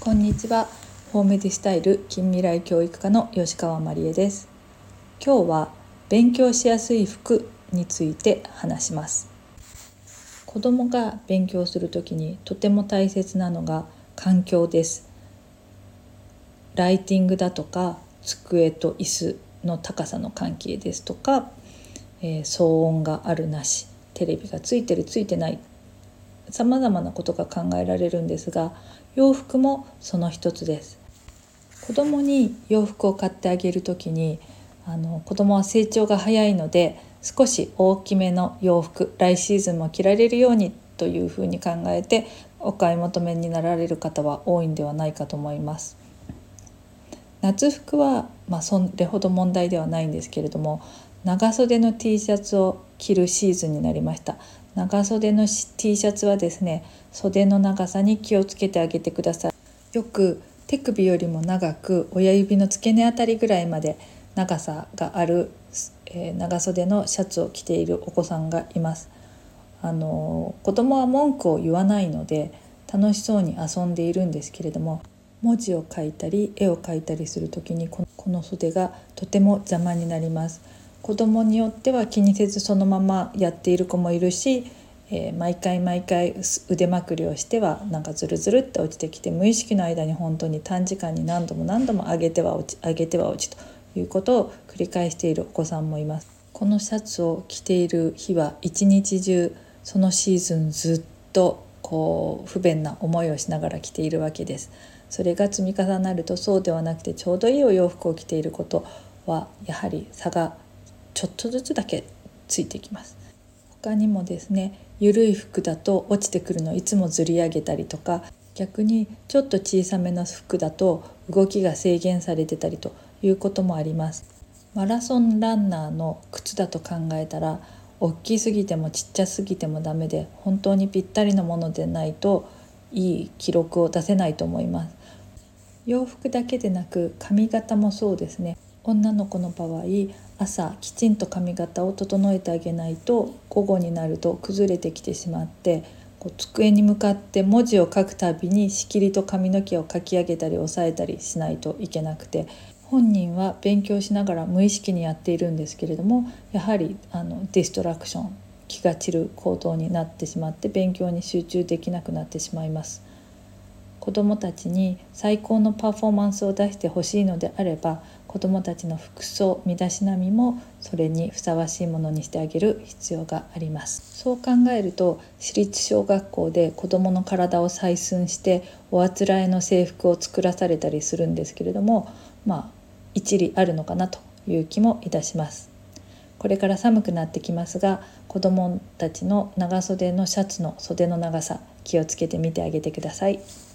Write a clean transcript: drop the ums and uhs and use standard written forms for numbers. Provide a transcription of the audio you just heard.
こんにちは。フォーメディスタイル近未来教育科の吉川まりえです。今日は勉強しやすい服について話します。子どもが勉強するときにとても大切なのが環境です。ライティングだとか机と椅子の高さの関係ですとか、騒音があるなし、テレビがついてるついてない、さまざまなことが考えられるんですが、洋服もその一つです。子供に洋服を買ってあげるときに子供は成長が早いので、少し大きめの洋服、来シーズンも着られるようにというふうに考えてお買い求めになられる方は多いんではないかと思います。夏服は、それほど問題ではないんですけれども、長袖の T シャツを着るシーズンになりました。長袖の T シャツはですね、袖の長さに気をつけてあげてください。よく手首よりも長く親指の付け根あたりぐらいまで長さがある、長袖のシャツを着ているお子さんがいます。子供は文句を言わないので楽しそうに遊んでいるんですけれども、文字を書いたり絵を描いたりするときにこの袖がとても邪魔になります。子供によっては気にせずそのままやっている子もいるし、毎回腕まくりをしてはなんかズルズルって落ちてきて、無意識の間に本当に短時間に何度も上げては落ちということを繰り返しているお子さんもいます。このシャツを着ている日は一日中そのシーズンずっと不便な思いをしながら着ているわけです。それが積み重なると、そうではなくてちょうどいいお洋服を着ていることはやはり差がちょっとずつだけついてきます。他にもですね、緩い服だと落ちてくるのをいつもずり上げたりとか、逆にちょっと小さめの服だと動きが制限されてたりということもあります。マラソンランナーの靴だと考えたら、大きすぎてもちっちゃすぎてもダメで、本当にぴったりのものでないといい記録を出せないと思います。洋服だけでなく髪型もそうですね。女の子の場合、朝きちんと髪型を整えてあげないと午後になると崩れてきてしまって、机に向かって文字を書くたびにしきりと髪の毛をかき上げたり押さえたりしないといけなくて、本人は勉強しながら無意識にやっているんですけれども、やはりディストラクション、気が散る行動になってしまって勉強に集中できなくなってしまいます。子どもたちに最高のパフォーマンスを出してほしいのであれば、子どもたちの服装、身だしなみもそれにふさわしいものにしてあげる必要があります。そう考えると、私立小学校で子どもの体を採寸しておあつらえの制服を作らされたりするんですけれども、一理あるのかなという気もいたします。これから寒くなってきますが、子どもたちの長袖のシャツの袖の長さ、気をつけてみてあげてください。